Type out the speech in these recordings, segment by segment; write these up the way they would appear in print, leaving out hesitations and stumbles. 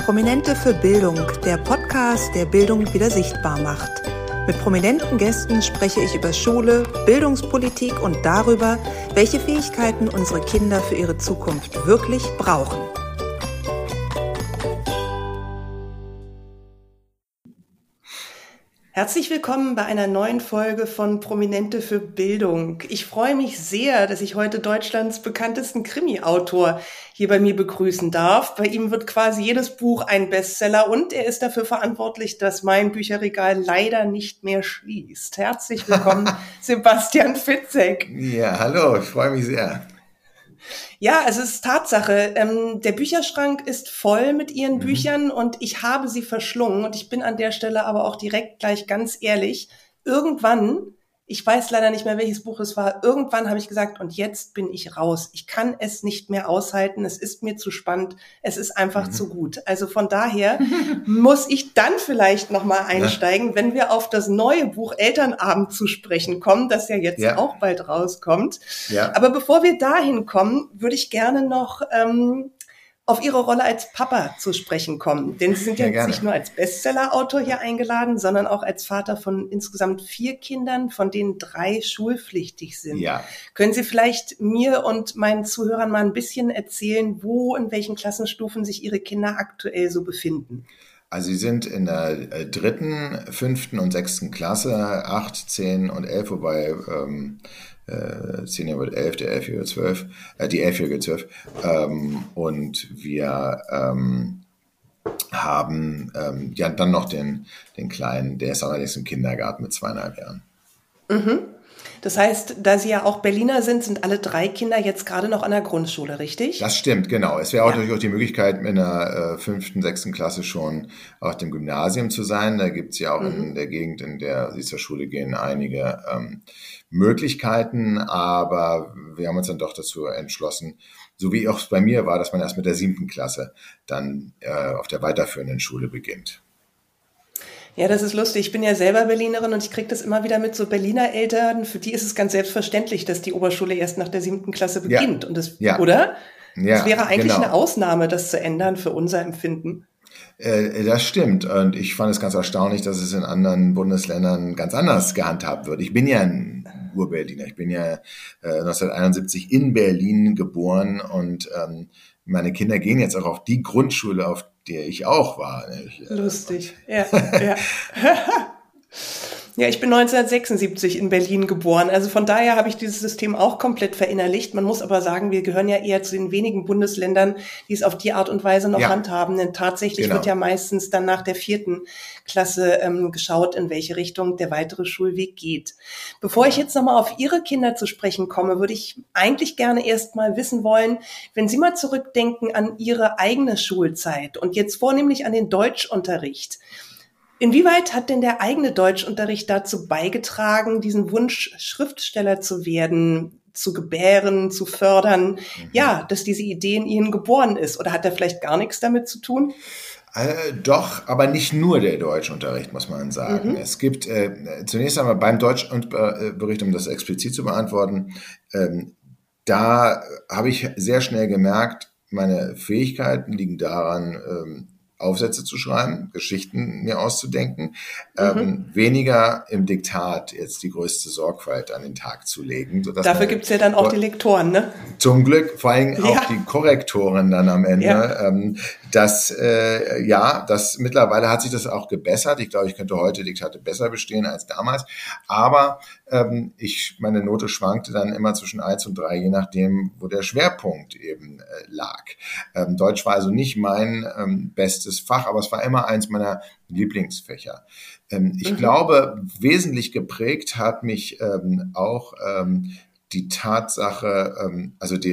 Prominente für Bildung, der Podcast, der Bildung wieder sichtbar macht. Mit prominenten Gästen spreche ich über Schule, Bildungspolitik und darüber, welche Fähigkeiten unsere Kinder für ihre Zukunft wirklich brauchen. Herzlich willkommen bei einer neuen Folge von Prominente für Bildung. Ich freue mich sehr, dass ich heute Deutschlands bekanntesten Krimi-Autor hier bei mir begrüßen darf. Bei ihm wird quasi jedes Buch ein Bestseller und er ist dafür verantwortlich, dass mein Bücherregal leider nicht mehr schließt. Herzlich willkommen, Sebastian Fitzek. Ja, hallo, ich freue mich sehr. Ja, es ist Tatsache. Der Bücherschrank ist voll mit Ihren Büchern und ich habe sie verschlungen. Und ich bin an der Stelle aber auch direkt gleich ganz ehrlich. Irgendwann, ich weiß leider nicht mehr, welches Buch es war, irgendwann habe ich gesagt, und jetzt bin ich raus. Ich kann es nicht mehr aushalten. Es ist mir zu spannend. Es ist einfach zu gut. Also von daher muss ich dann vielleicht nochmal einsteigen, wenn wir auf das neue Buch Elternabend zu sprechen kommen, das ja jetzt auch bald rauskommt. Ja. Aber bevor wir dahin kommen, würde ich gerne noch auf Ihre Rolle als Papa zu sprechen kommen. Denn Sie sind ja jetzt nicht nur als Bestseller-Autor hier eingeladen, sondern auch als Vater von insgesamt 4 Kindern, von denen 3 schulpflichtig sind. Ja. Können Sie vielleicht mir und meinen Zuhörern mal ein bisschen erzählen, wo, in welchen Klassenstufen sich Ihre Kinder aktuell so befinden? Also sie sind in der 3., 5. und 6. Klasse, 8, 10 und 11, wobei 10 wird 11, der 11-Jährige 12, die 11-Jährige 12. Und wir haben dann noch den Kleinen, der ist allerdings im Kindergarten mit 2,5 Jahren. Mhm. Das heißt, da Sie ja auch Berliner sind alle 3 Kinder jetzt gerade noch an der Grundschule, richtig? Das stimmt, genau. Es wäre auch durchaus die Möglichkeit, in der 5., 6. Klasse schon auf dem Gymnasium zu sein. Da gibt es ja auch in der Gegend, in der Sie zur Schule gehen, einige Möglichkeiten. Aber wir haben uns dann doch dazu entschlossen, so wie auch bei mir war, dass man erst mit der 7. Klasse dann auf der weiterführenden Schule beginnt. Ja, das ist lustig. Ich bin ja selber Berlinerin und ich kriege das immer wieder mit so Berliner Eltern. Für die ist es ganz selbstverständlich, dass die Oberschule erst nach der 7. Klasse beginnt. Ja. Und das, oder? Ja, das wäre eigentlich eine Ausnahme, das zu ändern für unser Empfinden. Das stimmt. Und ich fand es ganz erstaunlich, dass es in anderen Bundesländern ganz anders gehandhabt wird. Ich bin ja ein Ur-Berliner. Ich bin ja 1971 in Berlin geboren und meine Kinder gehen jetzt auch auf die Grundschule, auf der ich auch war. Lustig, ja. Ja, ich bin 1976 in Berlin geboren. Also von daher habe ich dieses System auch komplett verinnerlicht. Man muss aber sagen, wir gehören ja eher zu den wenigen Bundesländern, die es auf die Art und Weise noch handhaben. Denn tatsächlich wird ja meistens dann nach der 4. Klasse geschaut, in welche Richtung der weitere Schulweg geht. Bevor ich jetzt nochmal auf Ihre Kinder zu sprechen komme, würde ich eigentlich gerne erst mal wissen wollen, wenn Sie mal zurückdenken an Ihre eigene Schulzeit und jetzt vornehmlich an den Deutschunterricht. Inwieweit hat denn der eigene Deutschunterricht dazu beigetragen, diesen Wunsch, Schriftsteller zu werden, zu gebären, zu fördern, dass diese Idee in Ihnen geboren ist? Oder hat er vielleicht gar nichts damit zu tun? Doch, aber nicht nur der Deutschunterricht, muss man sagen. Es gibt zunächst einmal beim Deutschunterricht, um das explizit zu beantworten, da habe ich sehr schnell gemerkt, meine Fähigkeiten liegen daran, Aufsätze zu schreiben, Geschichten mir auszudenken, weniger im Diktat jetzt die größte Sorgfalt an den Tag zu legen. Dafür gibt's ja dann auch die Lektoren, ne? Zum Glück, vor allem auch die Korrektoren dann am Ende. Das mittlerweile hat sich das auch gebessert. Ich glaube, ich könnte heute Diktate besser bestehen als damals. Aber meine Note schwankte dann immer zwischen 1 und 3, je nachdem, wo der Schwerpunkt eben lag. Deutsch war also nicht mein bestes Fach, aber es war immer eins meiner Lieblingsfächer. Ich glaube, wesentlich geprägt hat mich auch die Tatsache,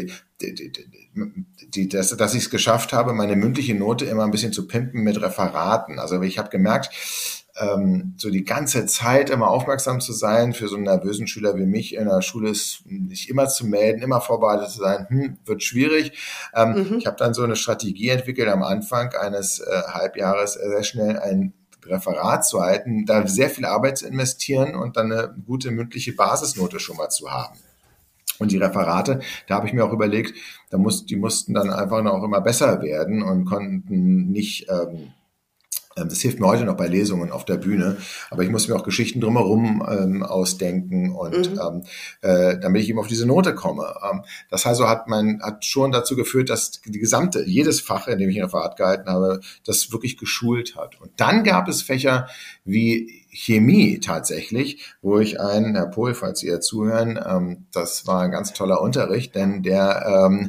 dass ich es geschafft habe, meine mündliche Note immer ein bisschen zu pimpen mit Referaten. Also ich habe gemerkt, so die ganze Zeit immer aufmerksam zu sein für so einen nervösen Schüler wie mich in der Schule, ist nicht immer zu melden, immer vorbereitet zu sein, wird schwierig. Ich habe dann so eine Strategie entwickelt am Anfang eines Halbjahres, sehr schnell ein Referat zu halten, da sehr viel Arbeit zu investieren und dann eine gute mündliche Basisnote schon mal zu haben. Und die Referate, da habe ich mir auch überlegt, die mussten dann einfach noch immer besser werden und konnten nicht, das hilft mir heute noch bei Lesungen auf der Bühne, aber ich muss mir auch Geschichten drumherum ausdenken und damit ich eben auf diese Note komme. Das also hat schon dazu geführt, dass jedes Fach, in dem ich ein Referat gehalten habe, das wirklich geschult hat. Und dann gab es Fächer wie Chemie tatsächlich, wo ich Herr Pohl, falls Sie ja zuhören, das war ein ganz toller Unterricht, denn der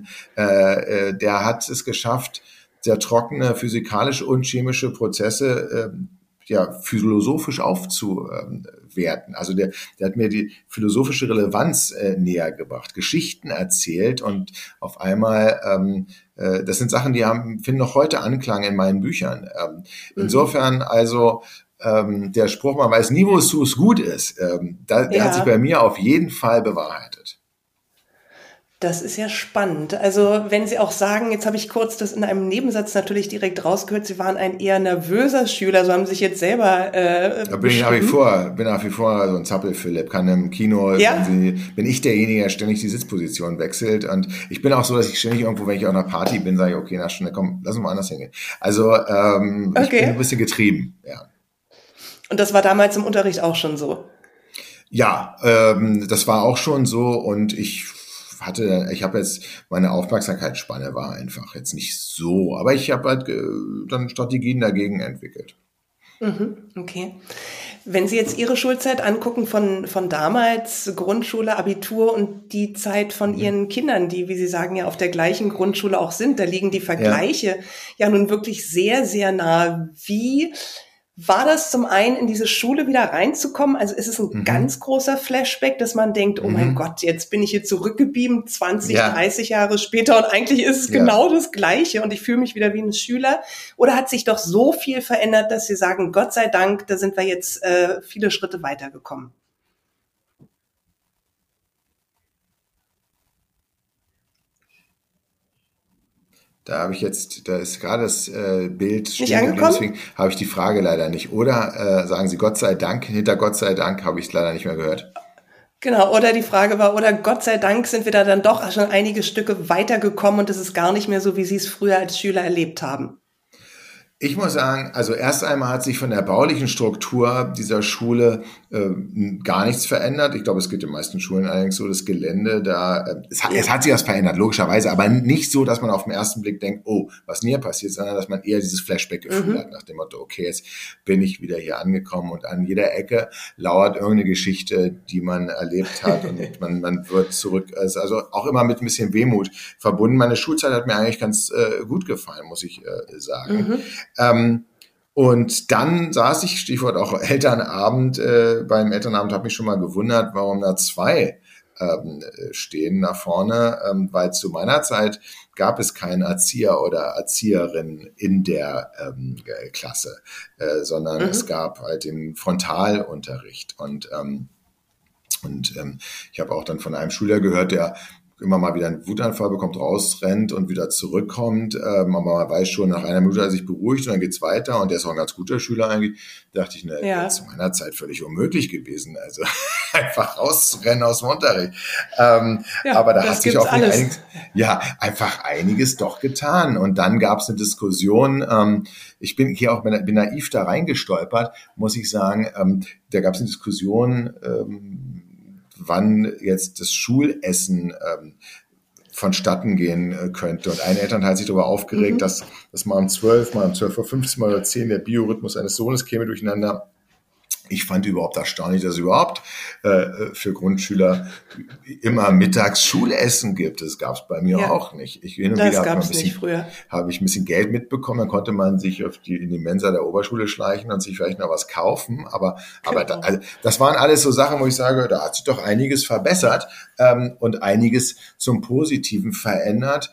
hat es geschafft, sehr trockene physikalische und chemische Prozesse philosophisch aufzuwerten. Also der hat mir die philosophische Relevanz näher gebracht, Geschichten erzählt und auf einmal, das sind Sachen, die finden noch heute Anklang in meinen Büchern. Insofern also der Spruch, man weiß nie, wozu es gut ist, der hat sich bei mir auf jeden Fall bewahrheitet. Das ist ja spannend. Also wenn Sie auch sagen, jetzt habe ich kurz das in einem Nebensatz natürlich direkt rausgehört, Sie waren ein eher nervöser Schüler, so haben Sie sich jetzt selber da bin nach wie vor so ein Zappel-Philipp, kann im Kino, bin ich derjenige, der ständig die Sitzposition wechselt und ich bin auch so, dass ich ständig irgendwo, wenn ich auf einer Party bin, sage ich, okay, na schnell, komm, lass uns mal anders hingehen. Also ich bin ein bisschen getrieben, ja. Und das war damals im Unterricht auch schon so? Ja, das war auch schon so und ich habe jetzt, meine Aufmerksamkeitsspanne war einfach jetzt nicht so, aber ich habe halt dann Strategien dagegen entwickelt. Okay. Wenn Sie jetzt Ihre Schulzeit angucken von damals, Grundschule, Abitur und die Zeit von Ihren Kindern, die, wie Sie sagen, ja auf der gleichen Grundschule auch sind, da liegen die Vergleiche ja nun wirklich sehr, sehr nah. Wie war das zum einen, in diese Schule wieder reinzukommen? Also ist es ein ganz großer Flashback, dass man denkt, oh mein Gott, jetzt bin ich hier zurückgeblieben, 20, 30 Jahre später und eigentlich ist es genau das Gleiche und ich fühle mich wieder wie ein Schüler? Oder hat sich doch so viel verändert, dass Sie sagen, Gott sei Dank, da sind wir jetzt viele Schritte weitergekommen? Da ist gerade das Bild nicht angekommen, deswegen habe ich die Frage leider nicht. Oder sagen Sie Gott sei Dank, hinter Gott sei Dank habe ich es leider nicht mehr gehört. Genau, oder die Frage war, oder Gott sei Dank sind wir da dann doch schon einige Stücke weitergekommen und es ist gar nicht mehr so, wie Sie es früher als Schüler erlebt haben. Ich muss sagen, also erst einmal hat sich von der baulichen Struktur dieser Schule gar nichts verändert. Ich glaube, es geht den meisten Schulen allerdings so, das Gelände es hat sich was verändert, logischerweise, aber nicht so, dass man auf den ersten Blick denkt, oh, was denn hier passiert, sondern dass man eher dieses Flashback-Gefühl hat, nach dem Motto, okay, jetzt bin ich wieder hier angekommen und an jeder Ecke lauert irgendeine Geschichte, die man erlebt hat und man wird zurück, also auch immer mit ein bisschen Wehmut verbunden. Meine Schulzeit hat mir eigentlich ganz gut gefallen, muss ich sagen. Und dann saß ich, Stichwort auch Elternabend, beim Elternabend habe mich schon mal gewundert, warum da 2 stehen da vorne, weil zu meiner Zeit gab es keinen Erzieher oder Erzieherin in der Klasse, sondern es gab halt den Frontalunterricht und ich habe auch dann von einem Schüler gehört, der immer mal wieder einen Wutanfall bekommt, rausrennt und wieder zurückkommt. Aber man weiß schon, nach einer Minute hat er sich beruhigt und dann geht's weiter. Und der ist auch ein ganz guter Schüler eigentlich. Da dachte ich, zu meiner Zeit völlig unmöglich gewesen. Also einfach rauszurennen aus dem Unterricht. Aber da hat sich auch einfach einiges doch getan. Und dann gab's eine Diskussion. Ich bin hier auch bin naiv da reingestolpert, muss ich sagen. Da gab's eine Diskussion, wann jetzt das Schulessen vonstatten gehen könnte. Und ein Elternteil hat sich darüber aufgeregt, dass mal um 12:15, mal um 10 der Biorhythmus eines Sohnes käme durcheinander. Ich fand überhaupt erstaunlich, dass es überhaupt für Grundschüler immer mittags Schulessen gibt. Das gab es bei mir auch nicht. Hin und das wieder gab es nicht früher. Habe ich ein bisschen Geld mitbekommen, dann konnte man sich in die Mensa der Oberschule schleichen und sich vielleicht noch was kaufen. Aber das waren alles so Sachen, wo ich sage, da hat sich doch einiges verbessert und einiges zum Positiven verändert.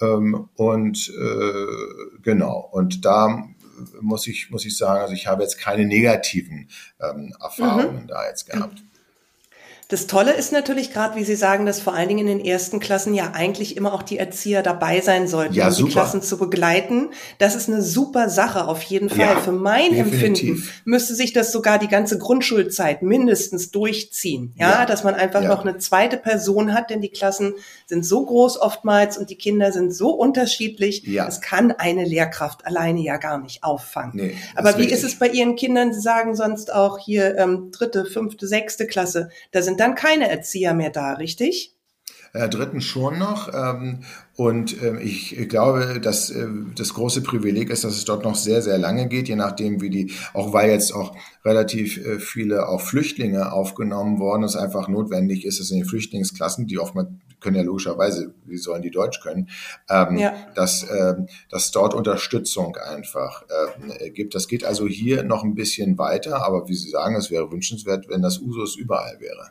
Genau. Und da muss ich sagen, also ich habe jetzt keine negativen Erfahrungen da jetzt gehabt. Das Tolle ist natürlich gerade, wie Sie sagen, dass vor allen Dingen in den ersten Klassen ja eigentlich immer auch die Erzieher dabei sein sollten, Ja, um die super. Klassen zu begleiten. Das ist eine super Sache, auf jeden Fall. Ja, Für mein definitiv. Empfinden müsste sich das sogar die ganze Grundschulzeit mindestens durchziehen. Ja, dass man einfach noch eine zweite Person hat, denn die Klassen sind so groß oftmals und die Kinder sind so unterschiedlich. Das kann eine Lehrkraft alleine ja gar nicht auffangen. Nee, aber wie ist es bei Ihren Kindern? Sie sagen sonst auch hier 3., 5., 6. Klasse. Da sind dann keine Erzieher mehr da, richtig? Dritten schon noch. Ich glaube, dass das große Privileg ist, dass es dort noch sehr, sehr lange geht, je nachdem, auch weil jetzt auch relativ viele auch Flüchtlinge aufgenommen worden, es einfach notwendig ist, dass in den Flüchtlingsklassen, die oftmals können ja logischerweise, wie sollen die Deutsch können, dass dort Unterstützung einfach gibt. Das geht also hier noch ein bisschen weiter, aber wie Sie sagen, es wäre wünschenswert, wenn das Usus überall wäre.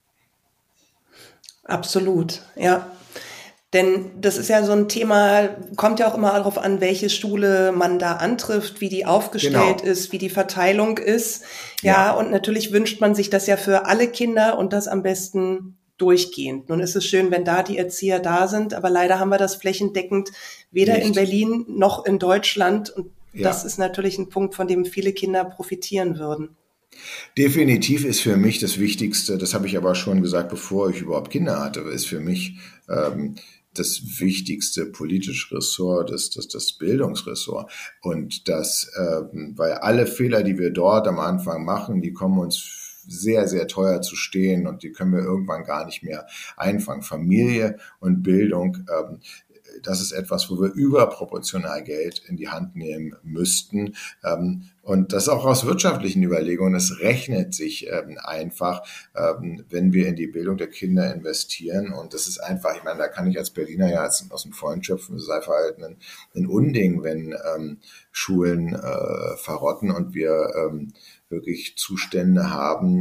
Absolut, ja. Denn das ist ja so ein Thema, kommt ja auch immer darauf an, welche Schule man da antrifft, wie die aufgestellt ist, wie die Verteilung ist. Ja, und natürlich wünscht man sich das ja für alle Kinder und das am besten durchgehend. Nun ist es schön, wenn da die Erzieher da sind, aber leider haben wir das flächendeckend weder in Berlin noch in Deutschland. Und das ist natürlich ein Punkt, von dem viele Kinder profitieren würden. Definitiv ist für mich das Wichtigste, das habe ich aber schon gesagt, bevor ich überhaupt Kinder hatte, ist für mich das wichtigste politische Ressort, das Bildungsressort. Und weil alle Fehler, die wir dort am Anfang machen, die kommen uns sehr, sehr teuer zu stehen und die können wir irgendwann gar nicht mehr einfangen. Familie und Bildung, das ist etwas, wo wir überproportional Geld in die Hand nehmen müssten. Und das auch aus wirtschaftlichen Überlegungen. Es rechnet sich einfach, wenn wir in die Bildung der Kinder investieren. Und das ist einfach, ich meine, da kann ich als Berliner ja aus dem Vollen schöpfen. Es ist einfach halt ein Unding, wenn Schulen verrotten und wir wirklich Zustände haben,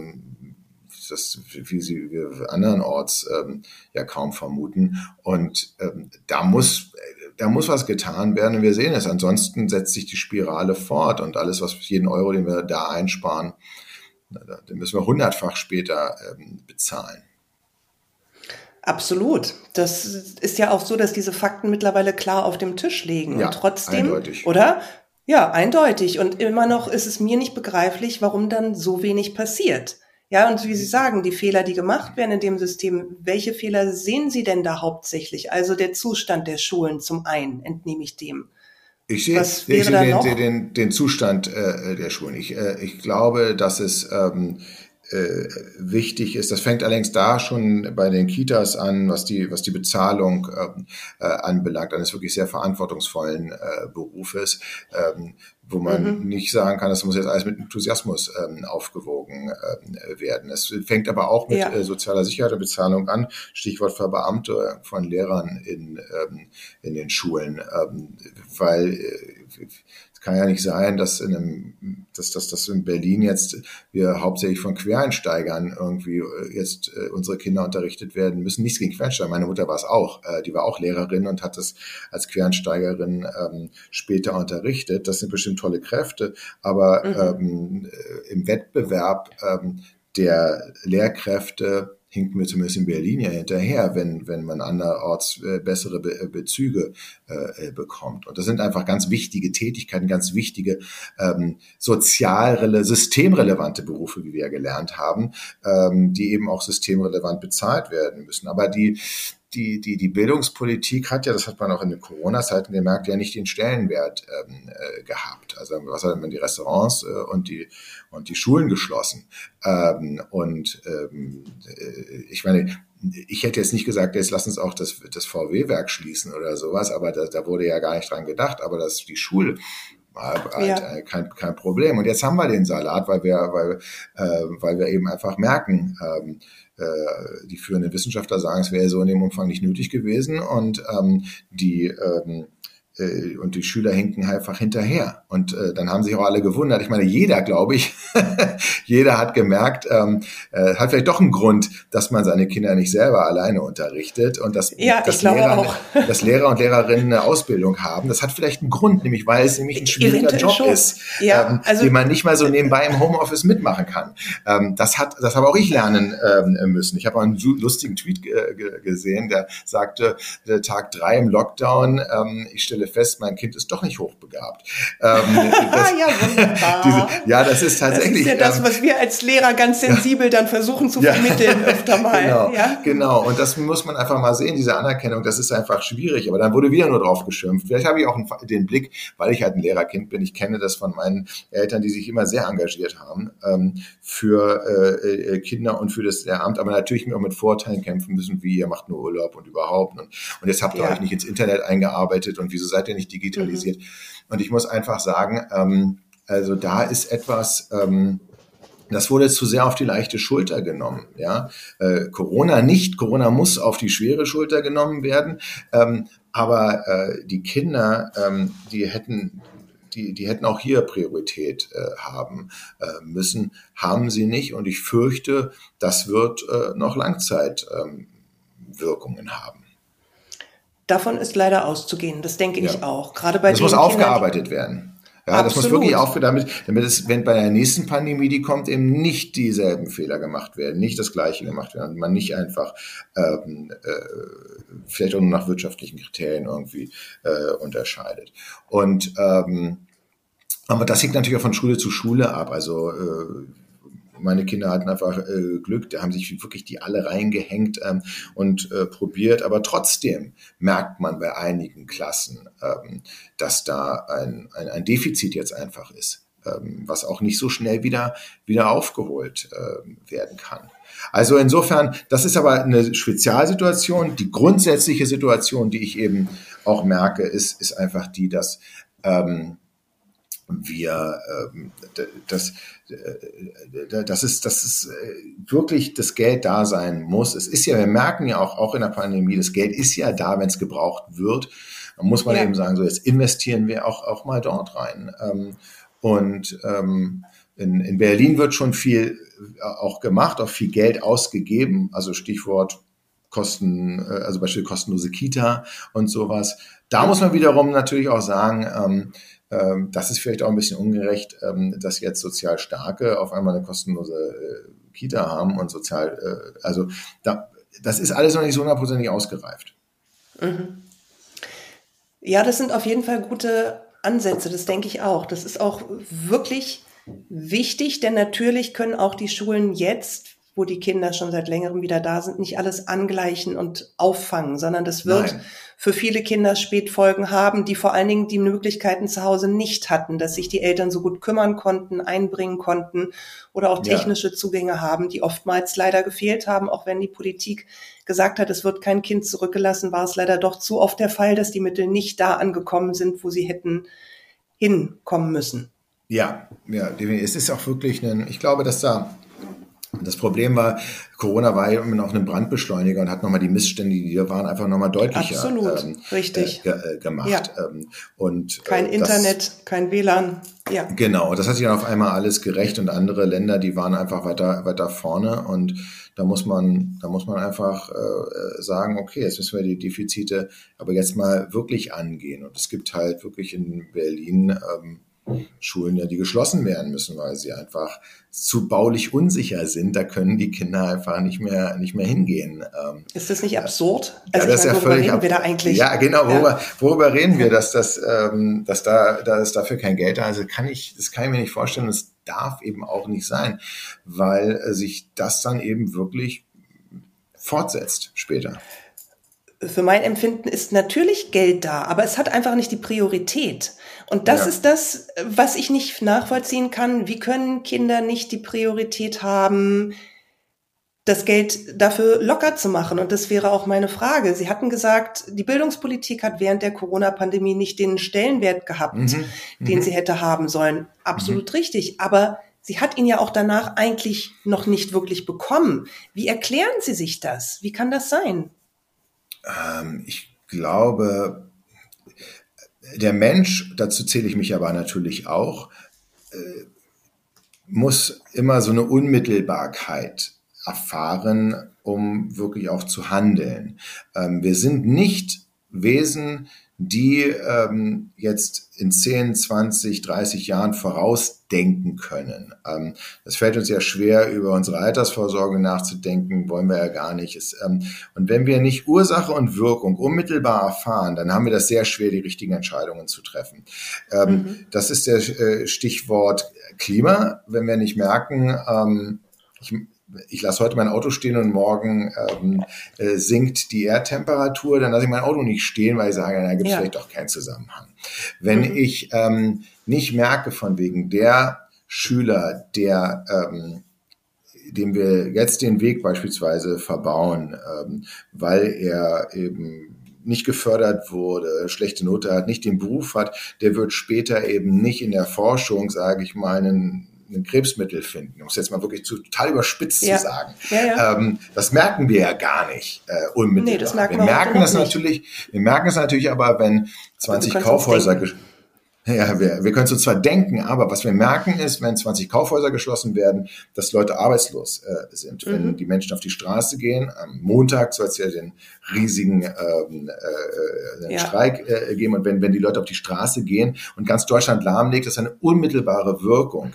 wie wir andernorts ja kaum vermuten. Und da muss was getan werden und wir sehen es. Ansonsten setzt sich die Spirale fort und alles, jeden Euro, den wir da einsparen, den müssen wir 100-fach später bezahlen. Absolut. Das ist ja auch so, dass diese Fakten mittlerweile klar auf dem Tisch liegen. Ja, und trotzdem, eindeutig. Oder? Ja, eindeutig. Und immer noch ist es mir nicht begreiflich, warum dann so wenig passiert. Ja, und wie Sie sagen, die Fehler, die gemacht werden in dem System, welche Fehler sehen Sie denn da hauptsächlich? Also der Zustand der Schulen zum einen, entnehme ich dem. Ich sehe den Zustand der Schulen. Ich glaube, dass es wichtig ist. Das fängt allerdings da schon bei den Kitas an, was die Bezahlung anbelangt, eines wirklich sehr verantwortungsvollen Berufes, wo man nicht sagen kann, das muss jetzt alles mit Enthusiasmus aufgewogen werden. Es fängt aber auch mit sozialer Sicherheit und Bezahlung an, Stichwort Verbeamtung von Lehrern in den Schulen, weil es kann ja nicht sein, dass dass in Berlin jetzt wir hauptsächlich von Quereinsteigern irgendwie jetzt unsere Kinder unterrichtet werden müssen. Nichts gegen Quereinsteiger. Meine Mutter war es auch. Die war auch Lehrerin und hat das als Quereinsteigerin später unterrichtet. Das sind bestimmt tolle Kräfte, aber im Wettbewerb der Lehrkräfte hinken wir zumindest in Berlin ja hinterher, wenn man anderorts bessere Bezüge bekommt. Und das sind einfach ganz wichtige Tätigkeiten, ganz wichtige systemrelevante Berufe, wie wir ja gelernt haben, die eben auch systemrelevant bezahlt werden müssen. Aber die Bildungspolitik hat ja, das hat man auch in den Corona-Zeiten gemerkt, ja nicht den Stellenwert gehabt. Also was hat man die Restaurants und die Schulen geschlossen. Ich meine, ich hätte jetzt nicht gesagt, jetzt lass uns auch das VW-Werk schließen oder sowas, aber da wurde ja gar nicht dran gedacht, aber dass die Schule kein Problem. Und jetzt haben wir den Salat, weil wir eben einfach merken, die führenden Wissenschaftler sagen, es wäre so in dem Umfang nicht nötig gewesen und die und die Schüler hinken einfach hinterher. Und dann haben sich auch alle gewundert. Ich meine, jeder, glaube ich, jeder hat gemerkt, hat vielleicht doch einen Grund, dass man seine Kinder nicht selber alleine unterrichtet und dass Lehrer und Lehrerinnen eine Ausbildung haben. Das hat vielleicht einen Grund, nämlich weil es nämlich ein schwieriger Job ist, den man nicht mal so nebenbei im Homeoffice mitmachen kann. Das habe auch ich lernen müssen. Ich habe einen lustigen Tweet gesehen, der sagte, Tag 3 im Lockdown, ich stelle fest, mein Kind ist doch nicht hochbegabt. Ja, wunderbar. Das ist tatsächlich. Das ist ja das, was wir als Lehrer ganz sensibel dann versuchen zu vermitteln öfter mal. Genau. Und das muss man einfach mal sehen, diese Anerkennung, das ist einfach schwierig. Aber dann wurde wieder nur drauf geschimpft. Vielleicht habe ich auch den Blick, weil ich halt ein Lehrerkind bin. Ich kenne das von meinen Eltern, die sich immer sehr engagiert haben für Kinder und für das Lehramt. Aber natürlich auch mit Vorteilen kämpfen müssen, wie ihr macht nur Urlaub und überhaupt. Und jetzt habt ihr euch nicht ins Internet eingearbeitet und wieso seid ihr nicht digitalisiert? Und ich muss einfach sagen, also da ist etwas, das wurde zu sehr auf die leichte Schulter genommen. Ja, Corona muss auf die schwere Schulter genommen werden. Aber die Kinder, die hätten auch hier Priorität haben müssen, haben sie nicht. Und ich fürchte, das wird noch Langzeitwirkungen haben. Davon ist leider auszugehen. Das denke ich auch. Gerade bei das muss aufgearbeitet werden. Ja, das muss wirklich damit es, wenn bei der nächsten Pandemie, die kommt, eben nicht dieselben Fehler gemacht werden, nicht das Gleiche gemacht werden und man nicht einfach vielleicht auch nur nach wirtschaftlichen Kriterien irgendwie unterscheidet. Und aber das hängt natürlich auch von Schule zu Schule ab. Also meine Kinder hatten einfach Glück, da haben sich wirklich die alle reingehängt und probiert. Aber trotzdem merkt man bei einigen Klassen, dass da ein Defizit jetzt einfach ist, was auch nicht so schnell wieder aufgeholt werden kann. Also insofern, das ist aber eine Spezialsituation. Die grundsätzliche Situation, die ich eben auch merke, ist einfach die, dass dass es wirklich das Geld da sein muss. Es ist ja, wir merken ja auch in der Pandemie, das Geld ist ja da, wenn es gebraucht wird. Dann muss man eben sagen, so jetzt investieren wir auch mal dort rein. In Berlin wird schon viel auch gemacht, auch viel Geld ausgegeben. Also Stichwort also beispielsweise kostenlose Kita und sowas. Da muss man wiederum natürlich auch sagen, das ist vielleicht auch ein bisschen ungerecht, dass jetzt sozial Starke auf einmal eine kostenlose Kita haben und das ist alles noch nicht so 100% ausgereift. Mhm. Ja, das sind auf jeden Fall gute Ansätze, das denke ich auch. Das ist auch wirklich wichtig, denn natürlich können auch die Schulen jetzt, wo die Kinder schon seit längerem wieder da sind, nicht alles angleichen und auffangen, sondern das wird für viele Kinder Spätfolgen haben, die vor allen Dingen die Möglichkeiten zu Hause nicht hatten, dass sich die Eltern so gut kümmern konnten, einbringen konnten oder auch technische Zugänge haben, die oftmals leider gefehlt haben. Auch wenn die Politik gesagt hat, es wird kein Kind zurückgelassen, war es leider doch zu oft der Fall, dass die Mittel nicht da angekommen sind, wo sie hätten hinkommen müssen. Ja, es ist auch wirklich ich glaube, dass das Problem war, Corona war ja immer noch ein Brandbeschleuniger und hat nochmal die Missstände, die da waren, einfach nochmal deutlicher richtig. Gemacht. Ja. Kein Internet, kein WLAN. Ja. Genau, das hat sich dann auf einmal alles gerecht und andere Länder, die waren einfach weiter vorne und da muss man einfach sagen, okay, jetzt müssen wir die Defizite aber jetzt mal wirklich angehen. Und es gibt halt wirklich in Berlin Schulen, die geschlossen werden müssen, weil sie einfach zu baulich unsicher sind. Da können die Kinder einfach nicht mehr hingehen. Ist das nicht absurd? Also das ist ja völlig reden wir da eigentlich? Ja, genau. Worüber reden wir, dass dafür kein Geld da ist? Das kann ich mir nicht vorstellen. Das darf eben auch nicht sein, weil sich das dann eben wirklich fortsetzt später. Für mein Empfinden ist natürlich Geld da, aber es hat einfach nicht die Priorität. Und das ist das, was ich nicht nachvollziehen kann. Wie können Kinder nicht die Priorität haben, das Geld dafür locker zu machen? Und das wäre auch meine Frage. Sie hatten gesagt, die Bildungspolitik hat während der Corona-Pandemie nicht den Stellenwert gehabt, den sie hätte haben sollen. Absolut richtig. Aber sie hat ihn ja auch danach eigentlich noch nicht wirklich bekommen. Wie erklären Sie sich das? Wie kann das sein? Ich glaube, Der Mensch, dazu zähle ich mich aber natürlich auch, muss immer so eine Unmittelbarkeit erfahren, um wirklich auch zu handeln. Wir sind nicht Wesen, die jetzt in 10, 20, 30 Jahren vorausdenken können. Das fällt uns ja schwer, über unsere Altersvorsorge nachzudenken, wollen wir ja gar nicht. Und wenn wir nicht Ursache und Wirkung unmittelbar erfahren, dann haben wir das sehr schwer, die richtigen Entscheidungen zu treffen. Das ist der Stichwort Klima. Wenn wir nicht merken, ich lasse heute mein Auto stehen und morgen sinkt die Erdtemperatur, dann lasse ich mein Auto nicht stehen, weil ich sage, da gibt es vielleicht doch keinen Zusammenhang. Wenn ich nicht merke, von wegen der Schüler, dem wir jetzt den Weg beispielsweise verbauen, weil er eben nicht gefördert wurde, schlechte Note hat, nicht den Beruf hat, der wird später eben nicht in der Forschung, sage ich mal, ein Krebsmittel finden, um es jetzt mal wirklich total überspitzt zu sagen. Das merken wir ja gar nicht unmittelbar. Nee, das merken wir merken das natürlich. Wir merken es natürlich aber, wenn 20 Kaufhäuser wir können so zwar denken, aber was wir merken ist, wenn 20 Kaufhäuser geschlossen werden, dass Leute arbeitslos sind. Wenn die Menschen auf die Straße gehen, am Montag soll es ja den riesigen Streik geben, und wenn die Leute auf die Straße gehen und ganz Deutschland lahmlegt, das ist eine unmittelbare Wirkung.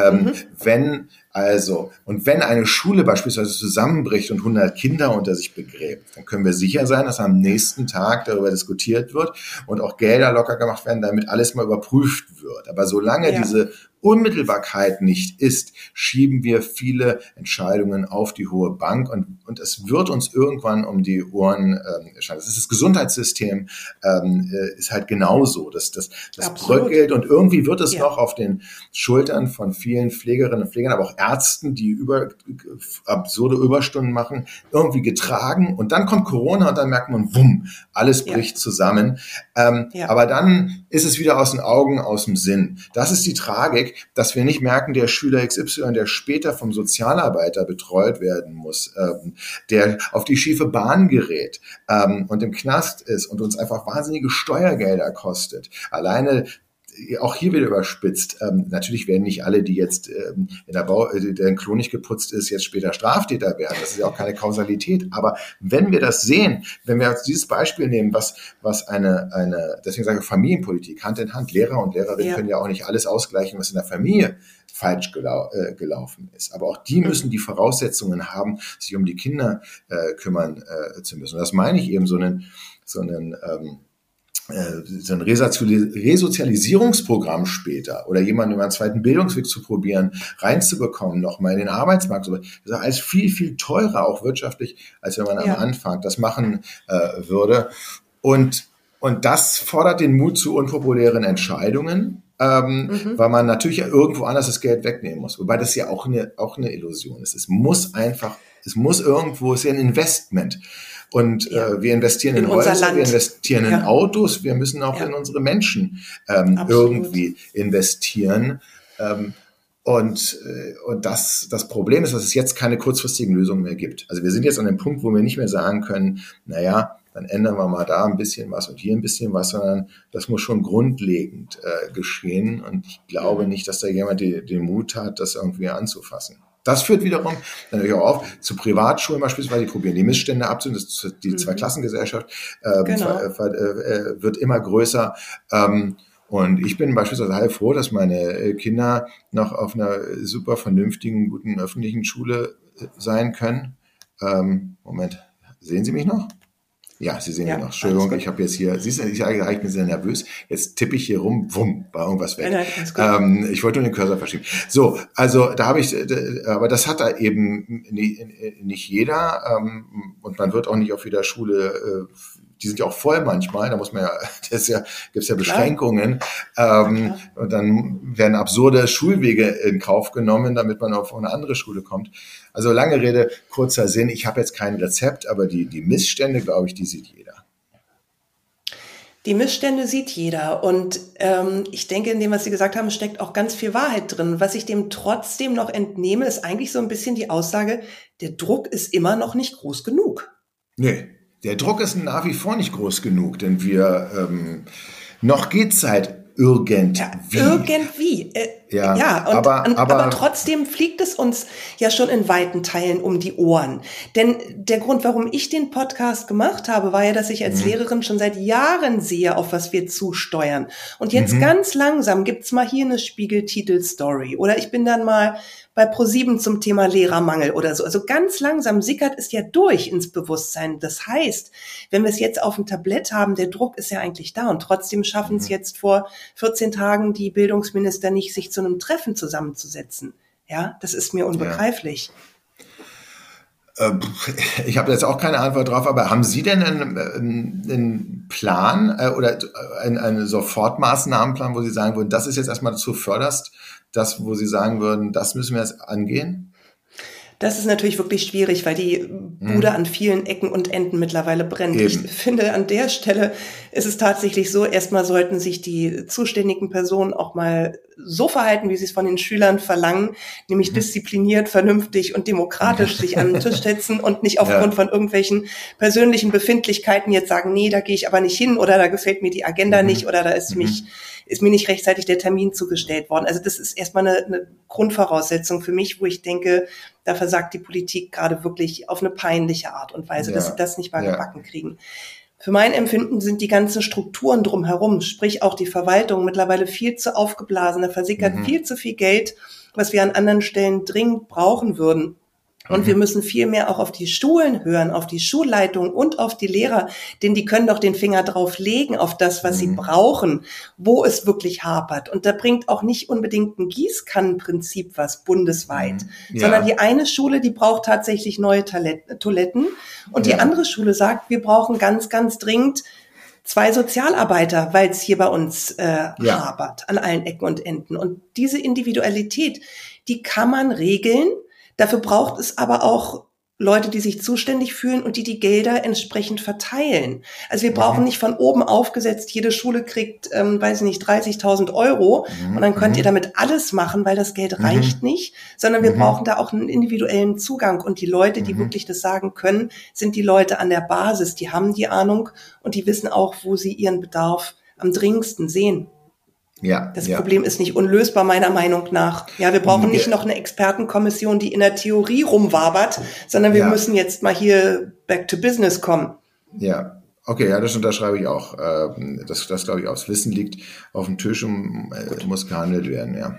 Wenn eine Schule beispielsweise zusammenbricht und 100 Kinder unter sich begräbt, dann können wir sicher sein, dass am nächsten Tag darüber diskutiert wird und auch Gelder locker gemacht werden, damit alles mal überprüft wird. Aber solange diese Unmittelbarkeit nicht ist, schieben wir viele Entscheidungen auf die hohe Bank, und es wird uns irgendwann um die Ohren erscheinen. Das ist das Gesundheitssystem, ist halt genauso. Das bröckelt, und irgendwie wird es noch auf den Schultern von vielen Pflegerinnen und Pflegern, aber auch Ärzten, die absurde Überstunden machen, irgendwie getragen. Und dann kommt Corona und dann merkt man, wumm, alles bricht zusammen. Aber dann ist es wieder aus den Augen, aus dem Sinn. Das ist die Tragik, dass wir nicht merken, der Schüler XY, der später vom Sozialarbeiter betreut werden muss, der auf die schiefe Bahn gerät und im Knast ist und uns einfach wahnsinnige Steuergelder kostet. Alleine auch hier wieder überspitzt. Natürlich werden nicht alle, die jetzt deren Klo nicht geputzt ist, jetzt später Straftäter werden. Das ist ja auch keine Kausalität. Aber wenn wir das sehen, wenn wir uns dieses Beispiel nehmen, was eine, deswegen sage ich Familienpolitik, Hand in Hand, Lehrer und Lehrerinnen können ja auch nicht alles ausgleichen, was in der Familie falsch gelaufen ist. Aber auch die müssen die Voraussetzungen haben, sich um die Kinder kümmern zu müssen. Und das meine ich eben so ein Resozialisierungsprogramm später oder jemanden über einen zweiten Bildungsweg zu probieren, reinzubekommen, nochmal in den Arbeitsmarkt. Das ist alles viel, viel teurer, auch wirtschaftlich, als wenn man am Anfang das machen würde. Und das fordert den Mut zu unpopulären Entscheidungen, weil man natürlich irgendwo anders das Geld wegnehmen muss. Wobei das ja auch eine Illusion ist. Es muss irgendwo, es ist ja ein Investment. Und wir investieren in Häuser, wir investieren in Autos, wir müssen auch in unsere Menschen irgendwie investieren. Und das Problem ist, dass es jetzt keine kurzfristigen Lösungen mehr gibt. Also wir sind jetzt an dem Punkt, wo wir nicht mehr sagen können, dann ändern wir mal da ein bisschen was und hier ein bisschen was, sondern das muss schon grundlegend geschehen. Und ich glaube nicht, dass da jemand den Mut hat, das irgendwie anzufassen. Das führt wiederum natürlich auch auf zu Privatschulen beispielsweise, die probieren die Missstände abzunehmen. Die Zweiklassengesellschaft wird immer größer. Und ich bin beispielsweise heilfroh, dass meine Kinder noch auf einer super vernünftigen, guten öffentlichen Schule sein können. Moment, sehen Sie mich noch? Ja, Sie sehen mich noch. Entschuldigung, ich habe jetzt hier, siehst du, ich bin sehr nervös. Jetzt tippe ich hier rum, wumm, war irgendwas weg. Nein, ich wollte nur den Cursor verschieben. So, also da habe ich, aber das hat da eben nicht jeder, und man wird auch nicht auf jeder Schule, die sind ja auch voll manchmal, da muss man gibt's ja Beschränkungen, und dann werden absurde Schulwege in Kauf genommen, damit man auf eine andere Schule kommt. Also lange Rede, kurzer Sinn, ich habe jetzt kein Rezept, aber die Missstände, glaube ich, die sieht jeder. Die Missstände sieht jeder, und ich denke, in dem, was Sie gesagt haben, steckt auch ganz viel Wahrheit drin. Was ich dem trotzdem noch entnehme, ist eigentlich so ein bisschen die Aussage, der Druck ist immer noch nicht groß genug. Nee. Der Druck ist nach wie vor nicht groß genug, denn wir Noch geht's halt irgendwie. Ja, irgendwie. Aber trotzdem fliegt es uns ja schon in weiten Teilen um die Ohren. Denn der Grund, warum ich den Podcast gemacht habe, war ja, dass ich als Lehrerin schon seit Jahren sehe, auf was wir zusteuern. Und jetzt ganz langsam gibt's mal hier eine Spiegel-Titel-Story. Oder ich bin dann mal bei ProSieben zum Thema Lehrermangel oder so. Also ganz langsam sickert es ja durch ins Bewusstsein. Das heißt, wenn wir es jetzt auf dem Tablett haben, der Druck ist ja eigentlich da. Und trotzdem schaffen es jetzt vor 14 Tagen die Bildungsminister nicht, sich zu einem Treffen zusammenzusetzen. Ja, das ist mir unbegreiflich. Ich habe jetzt auch keine Antwort drauf, aber haben Sie denn einen Plan oder einen Sofortmaßnahmenplan, wo Sie sagen würden, das ist jetzt erstmal zuvörderst, das, wo Sie sagen würden, das müssen wir jetzt angehen? Das ist natürlich wirklich schwierig, weil die Bude an vielen Ecken und Enden mittlerweile brennt. Eben. Ich finde, an der Stelle ist es tatsächlich so, erstmal sollten sich die zuständigen Personen auch mal so verhalten, wie sie es von den Schülern verlangen, nämlich diszipliniert, vernünftig und demokratisch sich an den Tisch setzen und nicht aufgrund von irgendwelchen persönlichen Befindlichkeiten jetzt sagen, nee, da gehe ich aber nicht hin oder da gefällt mir die Agenda nicht oder da ist mir nicht rechtzeitig der Termin zugestellt worden. Also das ist erstmal eine Grundvoraussetzung für mich, wo ich denke, da versagt die Politik gerade wirklich auf eine peinliche Art und Weise, dass sie das nicht mal gebacken kriegen. Für mein Empfinden sind die ganzen Strukturen drumherum, sprich auch die Verwaltung, mittlerweile viel zu aufgeblasen. Da versickert viel zu viel Geld, was wir an anderen Stellen dringend brauchen würden. Und wir müssen viel mehr auch auf die Schulen hören, auf die Schulleitung und auf die Lehrer, denn die können doch den Finger drauf legen auf das, was sie brauchen, wo es wirklich hapert. Und da bringt auch nicht unbedingt ein Gießkannenprinzip was bundesweit, sondern die eine Schule, die braucht tatsächlich neue Toiletten und die andere Schule sagt, wir brauchen ganz, ganz dringend 2 Sozialarbeiter, weil es hier bei uns hapert an allen Ecken und Enden. Und diese Individualität, die kann man regeln. Dafür braucht es aber auch Leute, die sich zuständig fühlen und die Gelder entsprechend verteilen. Also wir brauchen nicht von oben aufgesetzt, jede Schule kriegt, 30.000 Euro und dann könnt ihr damit alles machen, weil das Geld reicht nicht, sondern wir brauchen da auch einen individuellen Zugang. Und die Leute, die wirklich das sagen können, sind die Leute an der Basis. Die haben die Ahnung und die wissen auch, wo sie ihren Bedarf am dringendsten sehen. Ja, das Problem ist nicht unlösbar, meiner Meinung nach. Ja, wir brauchen nicht noch eine Expertenkommission, die in der Theorie rumwabert, sondern wir müssen jetzt mal hier back to business kommen. Ja, okay, ja, das unterschreibe ich auch. Das glaube ich auch. Das Wissen liegt auf dem Tisch und muss gehandelt werden, ja.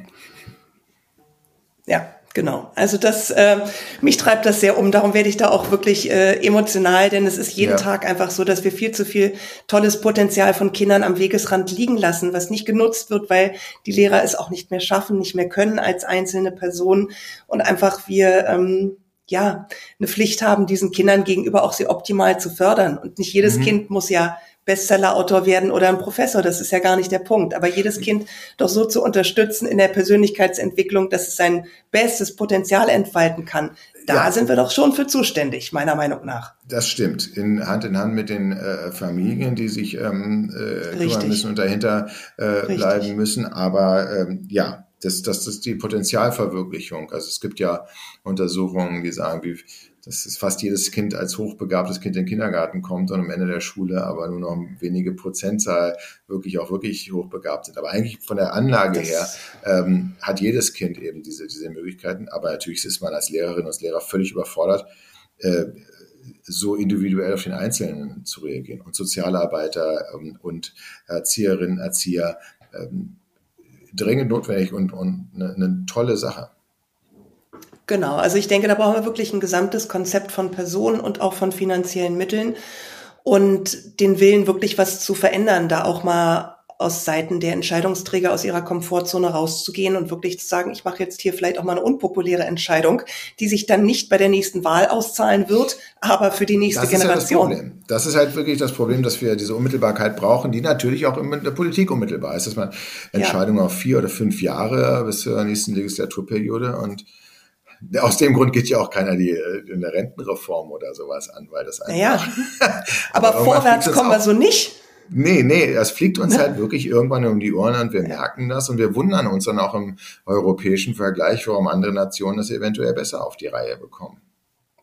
Ja, genau. Also mich treibt das sehr um. Darum werde ich da auch wirklich emotional, denn es ist jeden Tag einfach so, dass wir viel zu viel tolles Potenzial von Kindern am Wegesrand liegen lassen, was nicht genutzt wird, weil die Lehrer es auch nicht mehr schaffen, nicht mehr können als einzelne Personen und einfach wir eine Pflicht haben, diesen Kindern gegenüber auch sie optimal zu fördern. Und nicht jedes Kind muss ja Bestseller-Autor werden oder ein Professor, das ist ja gar nicht der Punkt. Aber jedes Kind doch so zu unterstützen in der Persönlichkeitsentwicklung, dass es sein bestes Potenzial entfalten kann, da sind wir doch schon für zuständig, meiner Meinung nach. Das stimmt. Hand in Hand mit den Familien, die sich kümmern müssen und dahinter bleiben müssen. Aber das ist die Potenzialverwirklichung. Also es gibt ja Untersuchungen, die sagen, dass fast jedes Kind als hochbegabtes Kind in den Kindergarten kommt und am Ende der Schule aber nur noch wenige Prozentzahl wirklich hochbegabt sind. Aber eigentlich von der Anlage her hat jedes Kind eben diese Möglichkeiten. Aber natürlich ist man als Lehrerin und als Lehrer völlig überfordert, so individuell auf den Einzelnen zu reagieren. Und Sozialarbeiter und Erzieherinnen, Erzieher dringend notwendig und eine tolle Sache. Genau, also ich denke, da brauchen wir wirklich ein gesamtes Konzept von Personen und auch von finanziellen Mitteln und den Willen, wirklich was zu verändern, da auch mal aus Seiten der Entscheidungsträger aus ihrer Komfortzone rauszugehen und wirklich zu sagen, ich mache jetzt hier vielleicht auch mal eine unpopuläre Entscheidung, die sich dann nicht bei der nächsten Wahl auszahlen wird, aber für die nächste Generation. Ja das Problem. Das ist halt wirklich das Problem, dass wir diese Unmittelbarkeit brauchen, die natürlich auch in der Politik unmittelbar ist, dass man Entscheidungen auf 4 oder 5 Jahre bis zur nächsten Legislaturperiode und aus dem Grund geht ja auch keiner eine Rentenreform oder sowas an, weil das einfach... aber vorwärts kommen wir so nicht. Nee, das fliegt uns halt wirklich irgendwann um die Ohren und wir merken das und wir wundern uns dann auch im europäischen Vergleich, warum andere Nationen das eventuell besser auf die Reihe bekommen.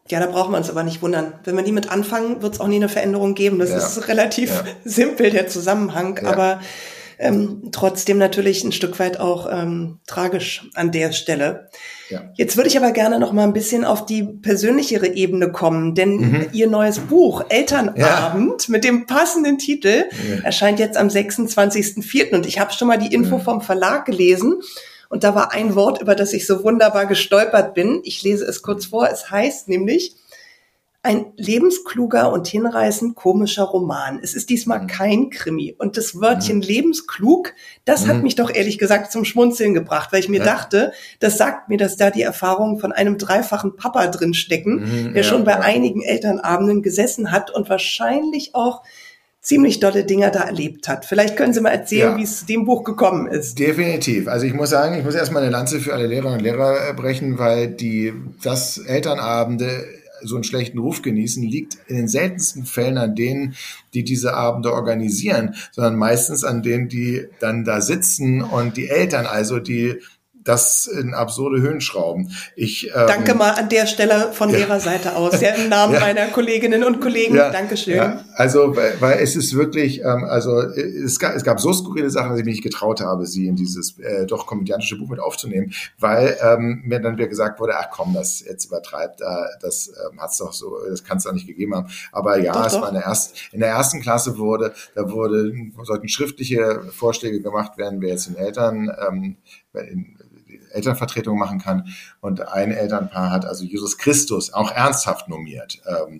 Ja, da braucht man uns aber nicht wundern. Wenn wir nie mit anfangen, wird es auch nie eine Veränderung geben. Das ist relativ simpel, der Zusammenhang, aber trotzdem natürlich ein Stück weit auch tragisch an der Stelle. Ja. Jetzt würde ich aber gerne noch mal ein bisschen auf die persönlichere Ebene kommen, denn Ihr neues Buch Elternabend mit dem passenden Titel erscheint jetzt am 26.04. Und ich habe schon mal die Info vom Verlag gelesen. Und da war ein Wort, über das ich so wunderbar gestolpert bin. Ich lese es kurz vor. Es heißt nämlich, ein lebenskluger und hinreißend komischer Roman. Es ist diesmal kein Krimi. Und das Wörtchen lebensklug, das hat mich doch ehrlich gesagt zum Schmunzeln gebracht, weil ich mir dachte, das sagt mir, dass da die Erfahrungen von einem dreifachen Papa drin stecken, der schon bei einigen Elternabenden gesessen hat und wahrscheinlich auch ziemlich dolle Dinge da erlebt hat. Vielleicht können Sie mal erzählen, wie es zu dem Buch gekommen ist. Definitiv. Also ich muss sagen, ich muss erstmal eine Lanze für alle Lehrerinnen und Lehrer brechen, weil das Elternabende so einen schlechten Ruf genießen, liegt in den seltensten Fällen an denen, die diese Abende organisieren, sondern meistens an denen, die dann da sitzen und die Eltern, also die das in absurde Höhen schrauben. Danke mal an der Stelle von Lehrerseite aus, im Namen meiner Kolleginnen und Kollegen. Dankeschön. Ja. Also, weil es ist wirklich, es gab so skurrile Sachen, dass ich mich nicht getraut habe, sie in dieses doch komödiantische Buch mit aufzunehmen, weil mir dann wieder gesagt wurde, ach komm, das jetzt übertreibt, das hat's doch so, das kann es doch nicht gegeben haben. Aber war in der ersten Klasse sollten schriftliche Vorschläge gemacht werden, wer jetzt den Eltern Elternvertretung machen kann. Und ein Elternpaar hat also Jesus Christus auch ernsthaft normiert.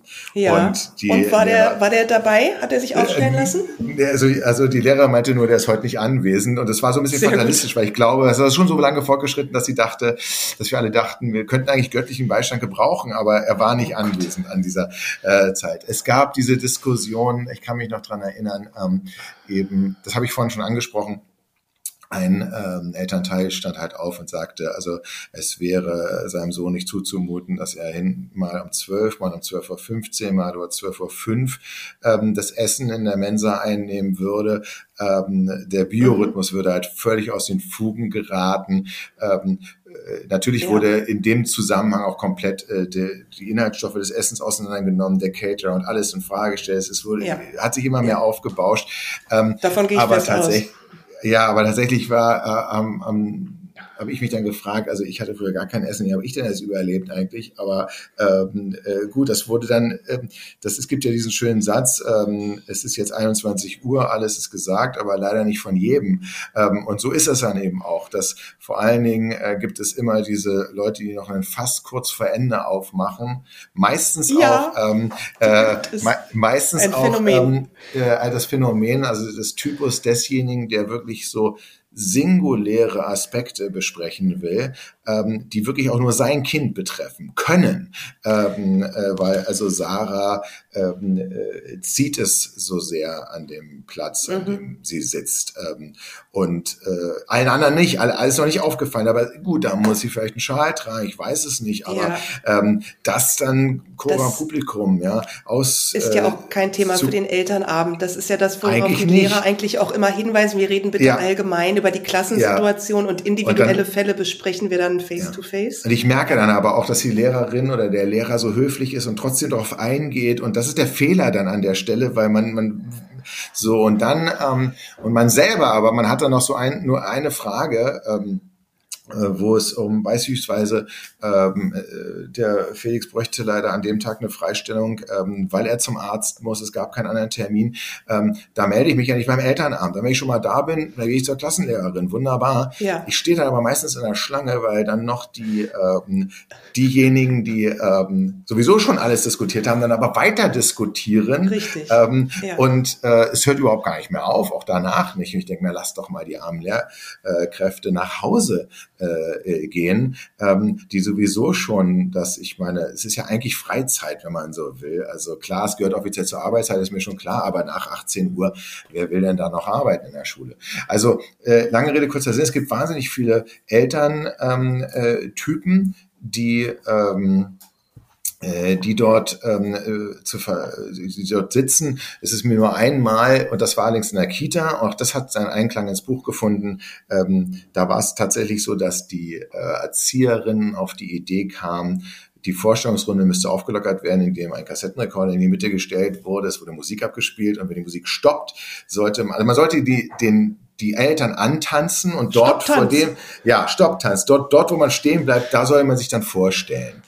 Und war der dabei? Hat er sich aufstellen lassen? Also die Lehrer meinte nur, der ist heute nicht anwesend. Und das war so ein bisschen fatalistisch, weil ich glaube, es war schon so lange fortgeschritten, dass wir alle dachten, wir könnten eigentlich göttlichen Beistand gebrauchen, aber er war nicht anwesend an dieser Zeit. Es gab diese Diskussion, ich kann mich noch dran erinnern, das habe ich vorhin schon angesprochen, ein Elternteil stand halt auf und sagte, also es wäre seinem Sohn nicht zuzumuten, dass er mal um 12, mal um 12:15 Uhr, mal um 12:05 Uhr das Essen in der Mensa einnehmen würde. Der Biorhythmus würde halt völlig aus den Fugen geraten. Natürlich wurde in dem Zusammenhang auch komplett die Inhaltsstoffe des Essens auseinandergenommen, der Caterer und alles in Frage gestellt. Hat sich immer mehr aufgebauscht. Davon gehe ich fest aus. Ja, aber tatsächlich habe ich mich dann gefragt, also ich hatte früher gar kein Essen, wie habe ich denn das überlebt eigentlich? Aber gut, das wurde dann, es gibt ja diesen schönen Satz, es ist jetzt 21 Uhr, alles ist gesagt, aber leider nicht von jedem. Und so ist es dann eben auch, dass vor allen Dingen gibt es immer diese Leute, die noch ein Fass kurz vor Ende aufmachen, meistens Phänomen. Das Phänomen, also das Typus desjenigen, der wirklich so singuläre Aspekte besprechen will, die wirklich auch nur sein Kind betreffen können, weil also Sarah zieht es so sehr an dem Platz, an dem sie sitzt, und allen anderen nicht, alles noch nicht aufgefallen, aber gut, da muss sie vielleicht einen Schal tragen, ich weiß es nicht, aber das dann Cora Publikum, ist ja auch kein Thema für den Elternabend, das ist ja das, worauf die Lehrer eigentlich auch immer hinweisen, wir reden bitte allgemein über die Klassensituation und individuelle Fälle besprechen wir dann face-to-face. Und ich merke dann aber auch, dass die Lehrerin oder der Lehrer so höflich ist und trotzdem darauf eingeht. Und das ist der Fehler dann an der Stelle, weil man so und dann und man selber, aber man hat dann noch so nur eine Frage, wo es beispielsweise der Felix bräuchte leider an dem Tag eine Freistellung, weil er zum Arzt muss, es gab keinen anderen Termin. Da melde ich mich ja nicht beim Elternabend. Wenn ich schon mal da bin, dann gehe ich zur Klassenlehrerin. Wunderbar. Ja. Ich stehe dann aber meistens in der Schlange, weil dann noch diejenigen, die sowieso schon alles diskutiert haben, dann aber weiter diskutieren. Richtig. Und es hört überhaupt gar nicht mehr auf, auch danach nicht. Und ich denke mir, lass doch mal die armen Lehrkräfte nach Hause gehen, die sowieso schon, es ist ja eigentlich Freizeit, wenn man so will. Also klar, es gehört offiziell zur Arbeitszeit, ist mir schon klar, aber nach 18 Uhr, wer will denn da noch arbeiten in der Schule? Also lange Rede, kurzer Sinn, es gibt wahnsinnig viele Elterntypen, die dort sitzen. Es ist mir nur einmal, und das war allerdings in der Kita, auch das hat seinen Einklang ins Buch gefunden, da war es tatsächlich so, dass die Erzieherinnen auf die Idee kamen, die Vorstellungsrunde müsste aufgelockert werden, indem ein Kassettenrekorder in die Mitte gestellt wurde, es wurde Musik abgespielt und wenn die Musik stoppt, man sollte die Eltern antanzen und dort vor dem, Stopptanz, dort, wo man stehen bleibt, da soll man sich dann vorstellen.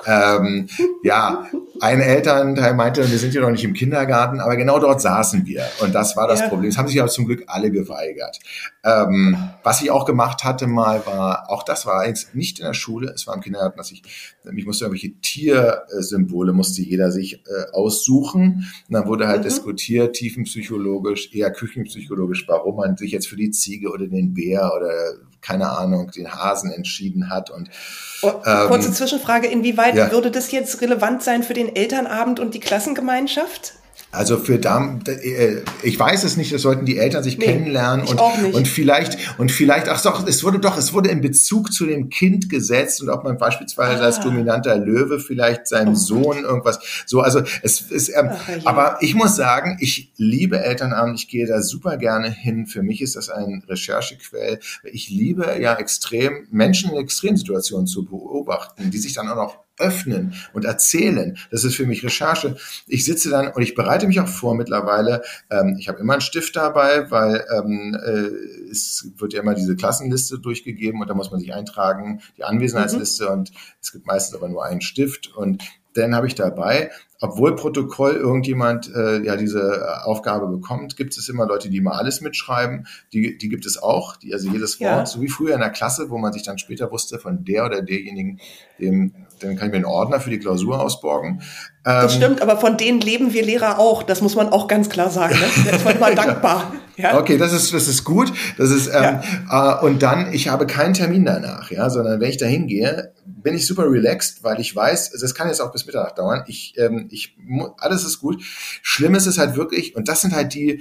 Ein Elternteil meinte, wir sind hier noch nicht im Kindergarten, aber genau dort saßen wir. Und das war das Problem. Es haben sich aber zum Glück alle geweigert. Was ich auch gemacht hatte mal war, auch das war eigentlich nicht in der Schule, es war im Kindergarten, ich musste irgendwelche Tiersymbole musste jeder sich aussuchen. Und dann wurde halt diskutiert, tiefenpsychologisch, eher küchenpsychologisch, warum man sich jetzt für die Ziege oder den Bär oder keine Ahnung, den Hasen entschieden hat. Und kurze Zwischenfrage, inwieweit würde das jetzt relevant sein für den Elternabend und die Klassengemeinschaft? Also ich weiß es nicht, das sollten die Eltern sich kennenlernen und vielleicht, es wurde in Bezug zu dem Kind gesetzt und ob man beispielsweise als dominanter Löwe vielleicht seinem Sohn irgendwas, so, also aber ich muss sagen, ich liebe Elternabend, ich gehe da super gerne hin, für mich ist das ein Recherchequell, ich liebe ja extrem, Menschen in Extremsituationen zu beobachten, die sich dann auch noch öffnen und erzählen. Das ist für mich Recherche. Ich sitze dann und ich bereite mich auch vor mittlerweile. Ich habe immer einen Stift dabei, weil es wird ja immer diese Klassenliste durchgegeben und da muss man sich eintragen, die Anwesenheitsliste und es gibt meistens aber nur einen Stift und den habe ich dabei. Obwohl Protokoll irgendjemand diese Aufgabe bekommt, gibt es immer Leute, die immer alles mitschreiben. Die gibt es auch, also jedes Wort, so wie früher in der Klasse, wo man sich dann später wusste, von der oder derjenigen, dann kann ich mir einen Ordner für die Klausur ausborgen. Das stimmt, aber von denen leben wir Lehrer auch. Das muss man auch ganz klar sagen. Ne? Da ist man mal dankbar. Ja? Okay, das ist gut. Das ist und dann, ich habe keinen Termin danach, sondern wenn ich da hingehe, bin ich super relaxed, weil ich weiß, das kann jetzt auch bis Mitternacht dauern. Alles ist gut. Schlimm ist es halt wirklich, und das sind halt die,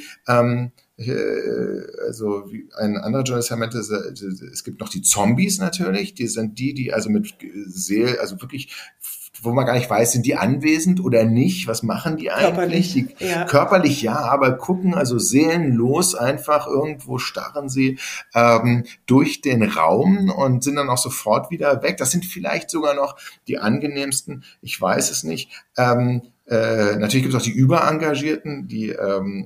also wie ein anderer Journalist meinte, es gibt noch die Zombies natürlich, die sind die also mit also wirklich, wo man gar nicht weiß, sind die anwesend oder nicht, was machen die eigentlich? Körperlich ja, aber gucken also seelenlos einfach, irgendwo starren sie durch den Raum und sind dann auch sofort wieder weg. Das sind vielleicht sogar noch die angenehmsten, ich weiß es nicht. Natürlich gibt es auch die Überengagierten, die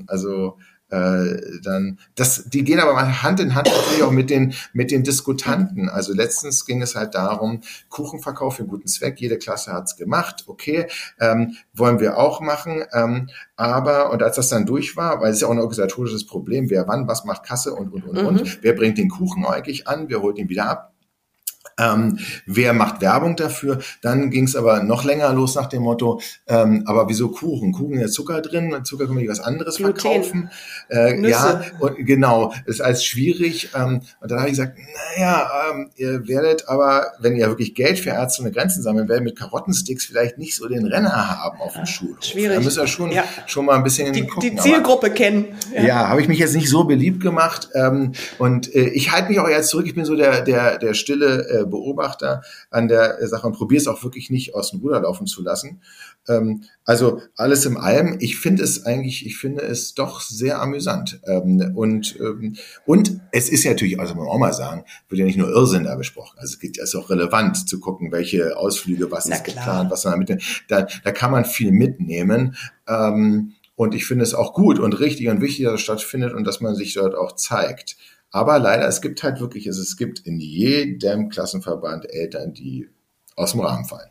die gehen aber mal Hand in Hand natürlich auch mit den Diskutanten. Also letztens ging es halt darum, Kuchenverkauf für einen guten Zweck. Jede Klasse hat's gemacht. Okay, wollen wir auch machen. Aber, und als das dann durch war, weil es ist ja auch ein organisatorisches Problem, wer wann, was macht Kasse und. Wer bringt den Kuchen eigentlich an? Wer holt ihn wieder ab? Wer macht Werbung dafür? Dann ging es aber noch länger los nach dem Motto, aber wieso Kuchen? Kuchen ist Zucker drin, Zucker kann man nicht was anderes verkaufen. Und genau, ist alles schwierig. Und dann habe ich gesagt, ihr werdet aber, wenn ihr wirklich Geld für Ärzte ohne Grenzen sammeln werdet, mit Karottensticks vielleicht nicht so den Renner haben auf dem Schulhof. Schwierig. Da müsst ihr schon mal ein bisschen gucken. Die Zielgruppe kennen. Ja, habe ich mich jetzt nicht so beliebt gemacht. Und ich halte mich auch eher zurück. Ich bin so der stille Beobachter an der Sache und probiere es auch wirklich nicht aus dem Ruder laufen zu lassen. Also alles in allem, ich finde es doch sehr amüsant. Und es ist ja natürlich, also muss man auch mal sagen, wird ja nicht nur Irrsinn da besprochen. Also es ist auch relevant zu gucken, welche Ausflüge, was ist geplant, was man mitnimmt. Da kann man viel mitnehmen. Und ich finde es auch gut und richtig und wichtig, dass es stattfindet und dass man sich dort auch zeigt. Aber leider, es gibt in jedem Klassenverband Eltern, die aus dem Rahmen fallen.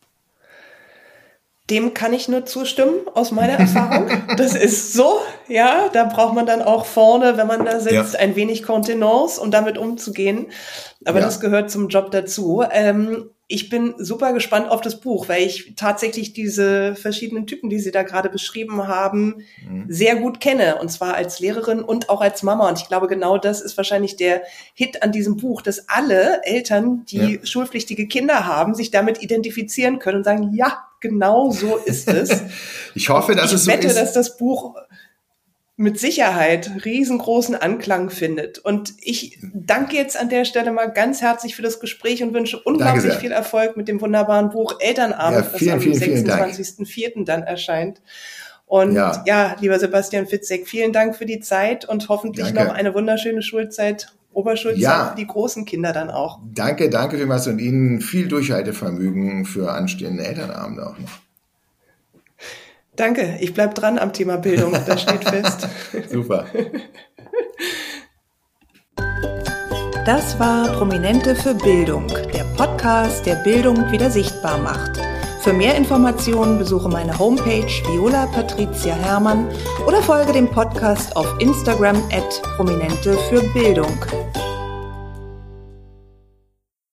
Dem kann ich nur zustimmen, aus meiner Erfahrung. Das ist so, da braucht man dann auch vorne, wenn man da sitzt, ein wenig Kontenance, um damit umzugehen. Aber das gehört zum Job dazu. Ich bin super gespannt auf das Buch, weil ich tatsächlich diese verschiedenen Typen, die Sie da gerade beschrieben haben, sehr gut kenne. Und zwar als Lehrerin und auch als Mama. Und ich glaube, genau das ist wahrscheinlich der Hit an diesem Buch, dass alle Eltern, die schulpflichtige Kinder haben, sich damit identifizieren können und sagen, ja, genau so ist es. Ich hoffe, dass es so ist. Ich wette, dass das Buch mit Sicherheit riesengroßen Anklang findet. Und ich danke jetzt an der Stelle mal ganz herzlich für das Gespräch und wünsche unglaublich viel Erfolg mit dem wunderbaren Buch Elternabend, das am 26.04. dann erscheint. Und lieber Sebastian Fitzek, vielen Dank für die Zeit und hoffentlich noch eine wunderschöne Schulzeit Oberschulzeit für die großen Kinder dann auch. Danke vielmals und Ihnen viel Durchhaltevermögen für anstehende Elternabende auch noch. Danke, ich bleib dran am Thema Bildung, das steht fest. Super. Das war Prominente für Bildung, der Podcast, der Bildung wieder sichtbar macht. Für mehr Informationen besuche meine Homepage Viola Patricia Herrmann oder folge dem Podcast auf Instagram @Prominente für Bildung.